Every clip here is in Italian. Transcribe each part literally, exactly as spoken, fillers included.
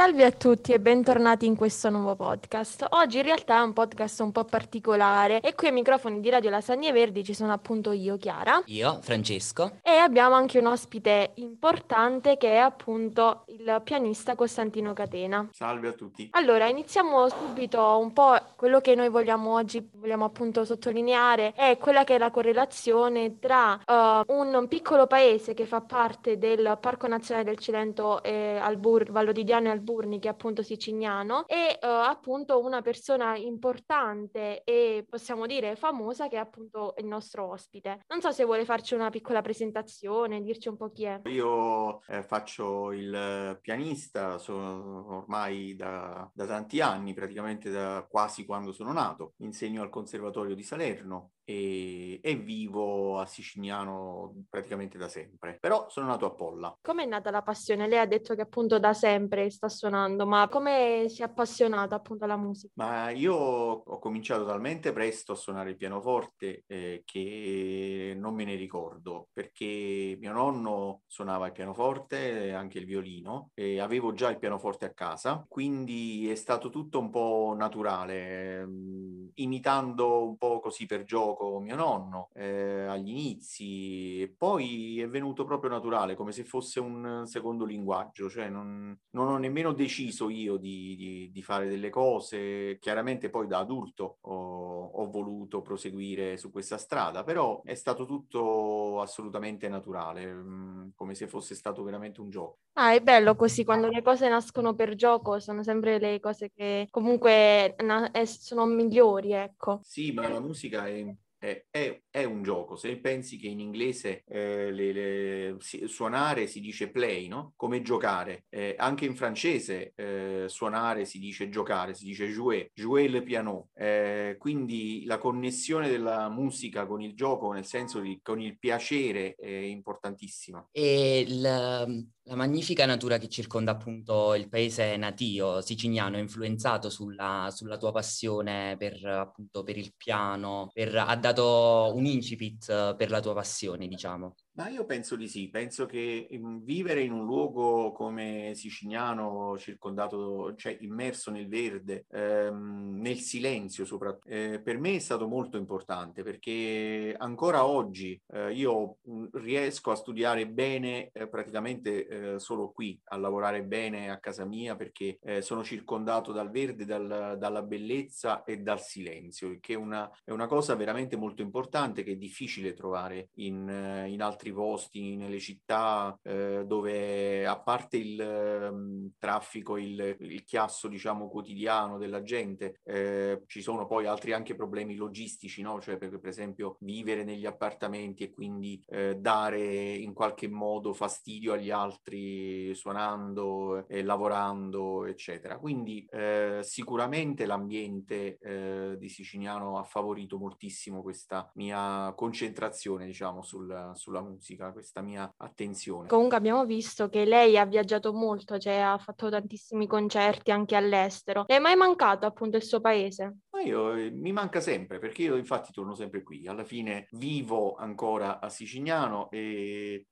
Salve a tutti e bentornati in questo nuovo podcast. Oggi in realtà è un podcast un po' particolare e qui ai microfoni di Radio Lasagne Verdi ci sono appunto io, Chiara, Io, Francesco. e abbiamo anche un ospite importante che è appunto il pianista Costantino Catena. Salve a tutti. Allora, iniziamo subito un po' quello che noi vogliamo oggi, vogliamo appunto sottolineare, è quella che è la correlazione tra eh, un piccolo paese che fa parte del Parco Nazionale del Cilento e Albur, Vallo di Diano e Alburni, che è appunto siciliano, e eh, appunto una persona importante e possiamo dire famosa che è appunto il nostro ospite. Non so se vuole farci una piccola presentazione, dirci un po' chi è. Io eh, faccio il pianista, sono ormai da, da tanti anni, praticamente da quasi quando sono nato. Insegno al Conservatorio di Salerno e, e vivo a Sicigliano praticamente da sempre. Però sono nato a Polla. Come è nata la passione? Lei ha detto che appunto da sempre sta suonando, ma come si è appassionata appunto alla musica? Ma io ho cominciato talmente presto a suonare il pianoforte eh, che non me ne ricordo, perché mio nonno suonava il pianoforte e anche il violino e avevo già il pianoforte a casa, quindi è stato tutto un po' naturale, ehm, imitando un po' così per gioco mio nonno eh, agli inizi, e poi è venuto proprio naturale, come se fosse un secondo linguaggio, cioè non, non ho nemmeno deciso io di, di, di fare delle cose. Chiaramente poi da adulto ho, ho voluto proseguire su questa strada, però è stato tutto assolutamente naturale, mh, come se fosse stato veramente un gioco. Ah, è bello così, quando le cose nascono per gioco sono sempre le cose che comunque na- eh, sono migliori, ecco. Sì, ma la musica è, è- è- è un gioco. Se pensi che in inglese eh, le- le- si- suonare si dice play, no? Come giocare. Eh, anche in francese eh, suonare si dice giocare, si dice jouer, jouer le piano. Eh, quindi la connessione della musica con il gioco, nel senso di con il piacere, è importantissima. E il- la magnifica natura che circonda appunto il paese natio siciliano è influenzato sulla, sulla tua passione per appunto per il piano, per- ha dato un incipit per la tua passione, diciamo. Ma io penso di sì, penso che mm, vivere in un luogo come Sicigliano, circondato, cioè immerso nel verde, ehm, nel silenzio soprattutto, eh, per me è stato molto importante, perché ancora oggi eh, io mm, riesco a studiare bene eh, praticamente eh, solo qui, a lavorare bene a casa mia, perché eh, sono circondato dal verde, dal- dalla bellezza e dal silenzio, il che è una, è una cosa veramente molto importante che è difficile trovare in, eh, in altri posti, nelle città, eh, dove a parte il ehm, traffico, il, il chiasso, diciamo, quotidiano della gente, eh, ci sono poi altri anche problemi logistici, no? Cioè, per, per esempio, vivere negli appartamenti e quindi eh, dare in qualche modo fastidio agli altri suonando e lavorando, eccetera. Quindi eh, sicuramente l'ambiente eh, di Sicigliano ha favorito moltissimo questa mia concentrazione, diciamo, sul, sulla musica, questa mia attenzione. Comunque abbiamo visto che lei ha viaggiato molto, cioè ha fatto tantissimi concerti anche all'estero. Le è mai mancato appunto il suo paese? Ma io eh, mi manca sempre, perché io infatti torno sempre qui. Alla fine vivo ancora a Sicigliano e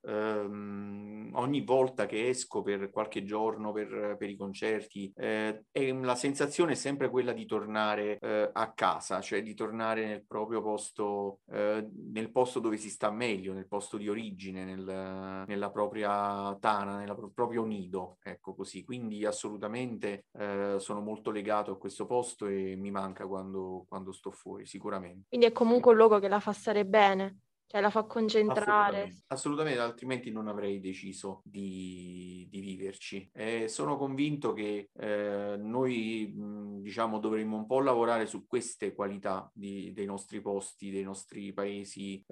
ehm, ogni volta che esco per qualche giorno per, per i concerti, eh, è, la sensazione è sempre quella di tornare eh, a casa, cioè di tornare nel proprio posto, eh, nel posto dove si sta meglio, nel posto di origine, nel- nella propria tana, nel pro- proprio nido, ecco così. Quindi assolutamente eh, sono molto legato a questo posto e mi manca quando, quando sto fuori, sicuramente. Quindi è comunque un luogo che la fa stare bene, cioè la fa concentrare. Assolutamente, assolutamente, altrimenti non avrei deciso di, di viverci. E sono convinto che eh, noi, mh, diciamo, dovremmo un po' lavorare su queste qualità di- dei nostri posti, dei nostri paesi,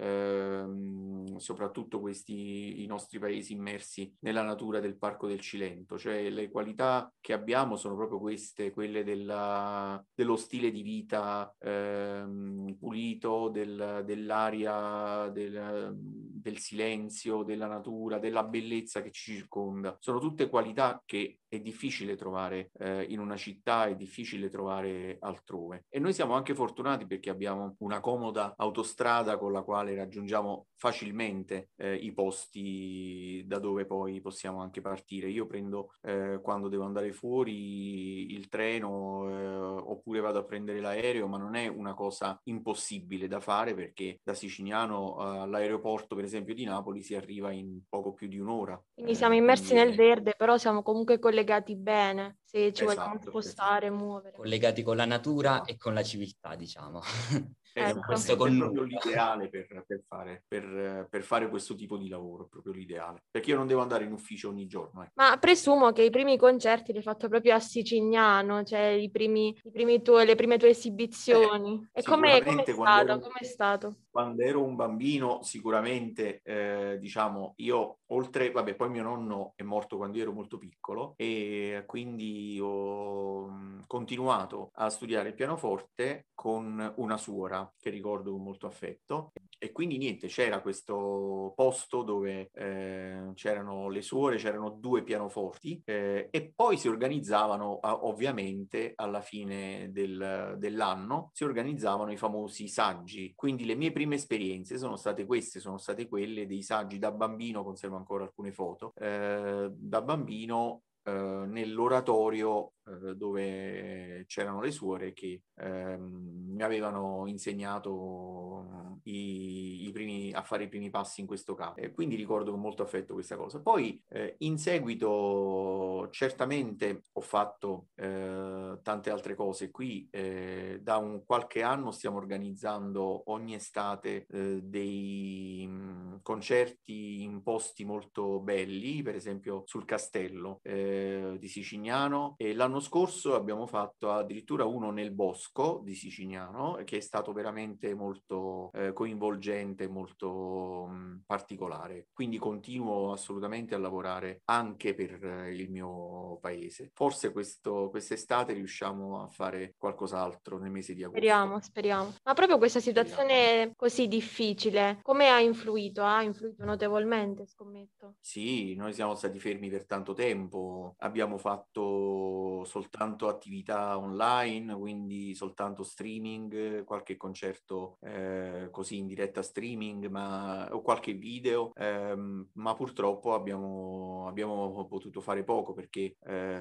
ehm, soprattutto questi, i nostri paesi immersi nella natura del Parco del Cilento. Cioè le qualità che abbiamo sono proprio queste, quelle della- dello stile di vita ehm, pulito, del- dell'aria del, del silenzio, della natura, della bellezza che ci circonda. Sono tutte qualità che è difficile trovare eh, in una città, è difficile trovare altrove. E noi siamo anche fortunati perché abbiamo una comoda autostrada con la quale raggiungiamo facilmente eh, i posti da dove poi possiamo anche partire. Io prendo eh, quando devo andare fuori il treno eh, oppure vado a prendere l'aereo, ma non è una cosa impossibile da fare perché da Sicignano eh, all'aeroporto per esempio di Napoli si arriva in poco più di un'ora. Quindi siamo Eh, immersi quindi nel è... verde, però siamo comunque collegati bene, se ci vogliamo Esatto, esatto. spostare, muovere. Collegati con la natura e con la civiltà, diciamo. Siamo Ecco. questo Esattamente, è proprio connubio. l'ideale per, per fare, per, per fare questo tipo di lavoro, è proprio l'ideale. Perché io non devo andare in ufficio ogni giorno. Eh. Ma presumo che i primi concerti li hai fatto proprio a Sicignano, cioè i primi, i primi tuoi, le prime tue Eh, esibizioni. E com'è, com'è sicuramente quando stato? ero, Com'è stato? quando ero un bambino, sicuramente, eh, diciamo, io oltre, vabbè, poi mio nonno è morto quando io ero molto piccolo e quindi ho mh, continuato a studiare il pianoforte con una suora che ricordo con molto affetto. E quindi niente, c'era questo posto dove eh, c'erano le suore, c'erano due pianoforti eh, e poi si organizzavano a, ovviamente alla fine del, dell'anno, si organizzavano i famosi saggi. Quindi le mie prime esperienze sono state queste, sono state quelle dei saggi da bambino, conservo ancora alcune foto, eh, da bambino eh, nell'oratorio eh, dove c'erano le suore che ehm, mi avevano insegnato i, i primi, a fare i primi passi in questo campo. E quindi ricordo con molto affetto questa cosa. Poi eh, in seguito certamente ho fatto eh, tante altre cose. Qui eh, da un qualche anno stiamo organizzando ogni estate eh, dei mh, concerti in posti molto belli, per esempio sul castello eh, di Sicignano, e l'anno scorso abbiamo fatto addirittura uno nel bosco di Sicignano che è stato veramente molto eh, coinvolgente, molto mh, particolare. Quindi continuo assolutamente a lavorare anche per eh, il mio paese. Forse questo, quest'estate riusciamo a fare qualcos'altro nel mese di agosto. Speriamo, speriamo. Ma proprio questa Speriamo. situazione così difficile, come ha influito? Ha influito notevolmente, scommetto. Sì, noi siamo stati fermi per tanto tempo, abbiamo fatto soltanto attività online, quindi soltanto streaming, qualche concerto eh, così in diretta streaming, ma, o qualche video, ehm, ma purtroppo abbiamo, abbiamo potuto fare poco perché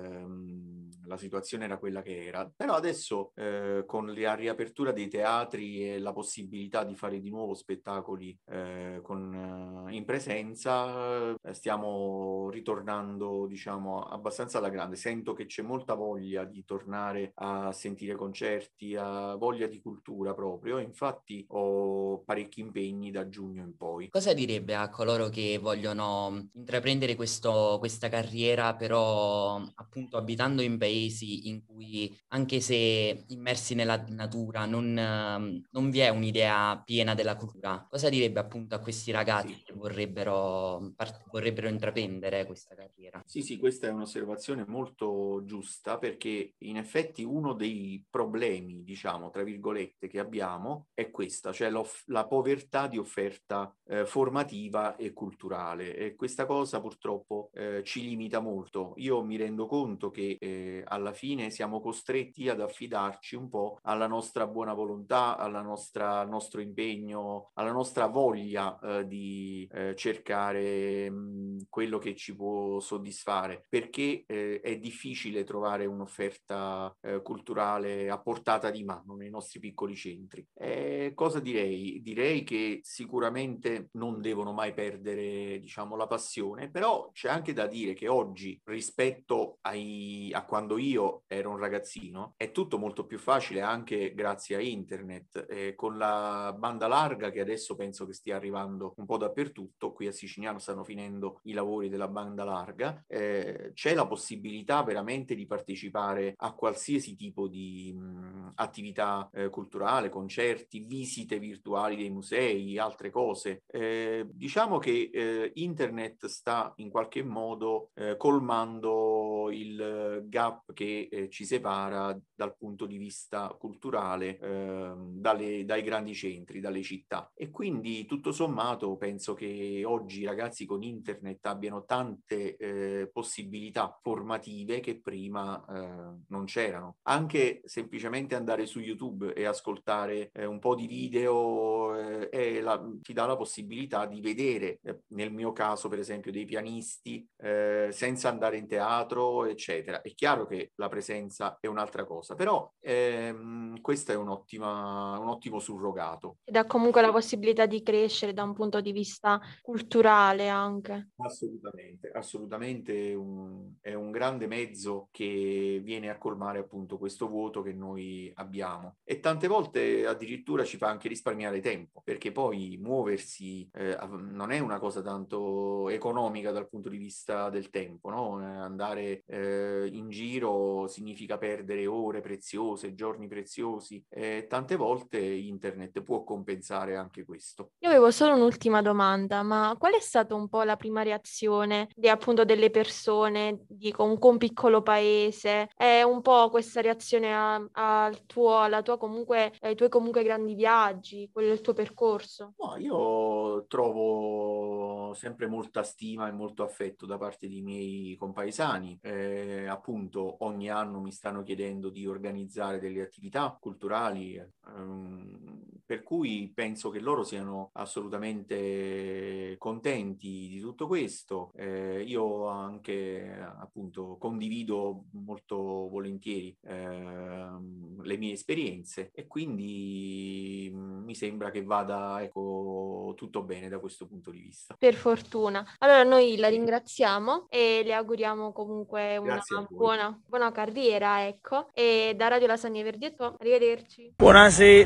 ehm, la situazione era quella che era. Però adesso eh, con la riapertura dei teatri e la possibilità di fare di nuovo spettacoli eh, con, eh, in presenza, eh, stiamo ritornando, diciamo, abbastanza alla grande. Sento che c'è molta voglia di tornare a sentire concerti, a voglia di cultura proprio. Infatti ho parecchi impegni da giugno in poi. Cosa direbbe a coloro che vogliono intraprendere questo, questa carriera, però appunto abitando in paesi in cui, anche se immersi nella natura, non, ehm, non vi è un'idea piena della cultura? Cosa direbbe appunto a questi ragazzi Sì. che vorrebbero, part- vorrebbero intraprendere questa carriera? Sì, sì, questa è un'osservazione molto giusta perché in effetti uno dei problemi, diciamo, tra virgolette, che abbiamo è questa, cioè la povertà di offerta eh, formativa e culturale, e questa cosa purtroppo eh, ci limita molto. Io mi rendo conto che eh, alla fine siamo costretti ad affidarci un po' alla nostra buona volontà, alla nostra, al nostro impegno, alla nostra voglia eh, di eh, cercare mh, quello che ci può soddisfare, perché eh, è difficile trovare un'offerta eh, culturale a portata di mano nei nostri piccoli centri. Eh, cosa direi? Direi che sicuramente non devono mai perdere, diciamo, la passione, però c'è anche da dire che oggi, rispetto ai, a quando io ero un ragazzino, è tutto molto più facile anche grazie a internet, eh, con la banda larga che adesso penso che stia arrivando un po' dappertutto. Qui a Sicignano stanno finendo i lavori della banda larga, Italia, eh, c'è la possibilità veramente di partecipare a qualsiasi tipo di mh, attività eh, culturale, concerti, visite virtuali dei musei, altre cose. Eh, diciamo che eh, internet sta in qualche modo eh, colmando il gap che eh, ci separa dal punto di vista culturale eh, dalle, dai grandi centri, dalle città. E quindi tutto sommato penso che oggi i ragazzi con internet abbiano tante eh, possibilità formative che prima eh, non c'erano. Anche semplicemente andare su YouTube e ascoltare eh, un po' di video eh, la, ti dà la possibilità di vedere, eh, nel mio caso per esempio, dei pianisti eh, senza andare in teatro, eccetera. È chiaro che la presenza è un'altra cosa, però ehm, questo è un'ottima, un ottimo surrogato. Ed ha comunque la possibilità di crescere da un punto di vista culturale anche. Assolutamente, assolutamente un, è un grande mezzo che viene a colmare appunto questo vuoto che noi abbiamo, e tante volte addirittura ci fa anche risparmiare tempo, perché poi muoversi eh, non è una cosa tanto economica dal punto di vista del tempo, no? Andare eh, in giro significa perdere ore preziose, giorni preziosi, e tante volte internet può compensare anche questo. Io avevo solo un'ultima domanda, ma qual è stata un po' la prima reazione di, appunto, delle persone di comunque un piccolo paese? È un po' questa reazione a- al tuo, alla tua comunque, ai tuoi comunque grandi viaggi, quello del tuo percorso? No, io trovo sempre molta stima e molto affetto da parte dei miei compaesani. Eh, appunto, ogni anno mi stanno chiedendo di organizzare delle attività culturali, ehm, per cui penso che loro siano assolutamente contenti di tutto questo. Eh, io anche, appunto, condivido molto volentieri ehm, le mie esperienze, e quindi mh, mi sembra che vada, ecco, tutto bene da questo punto di vista. Per fortuna. Allora noi la ringraziamo e le auguriamo comunque una Grazie a voi. buona, buona carriera, ecco. E da Radio Lasagna Verdi è tutto. Arrivederci. Buonasera.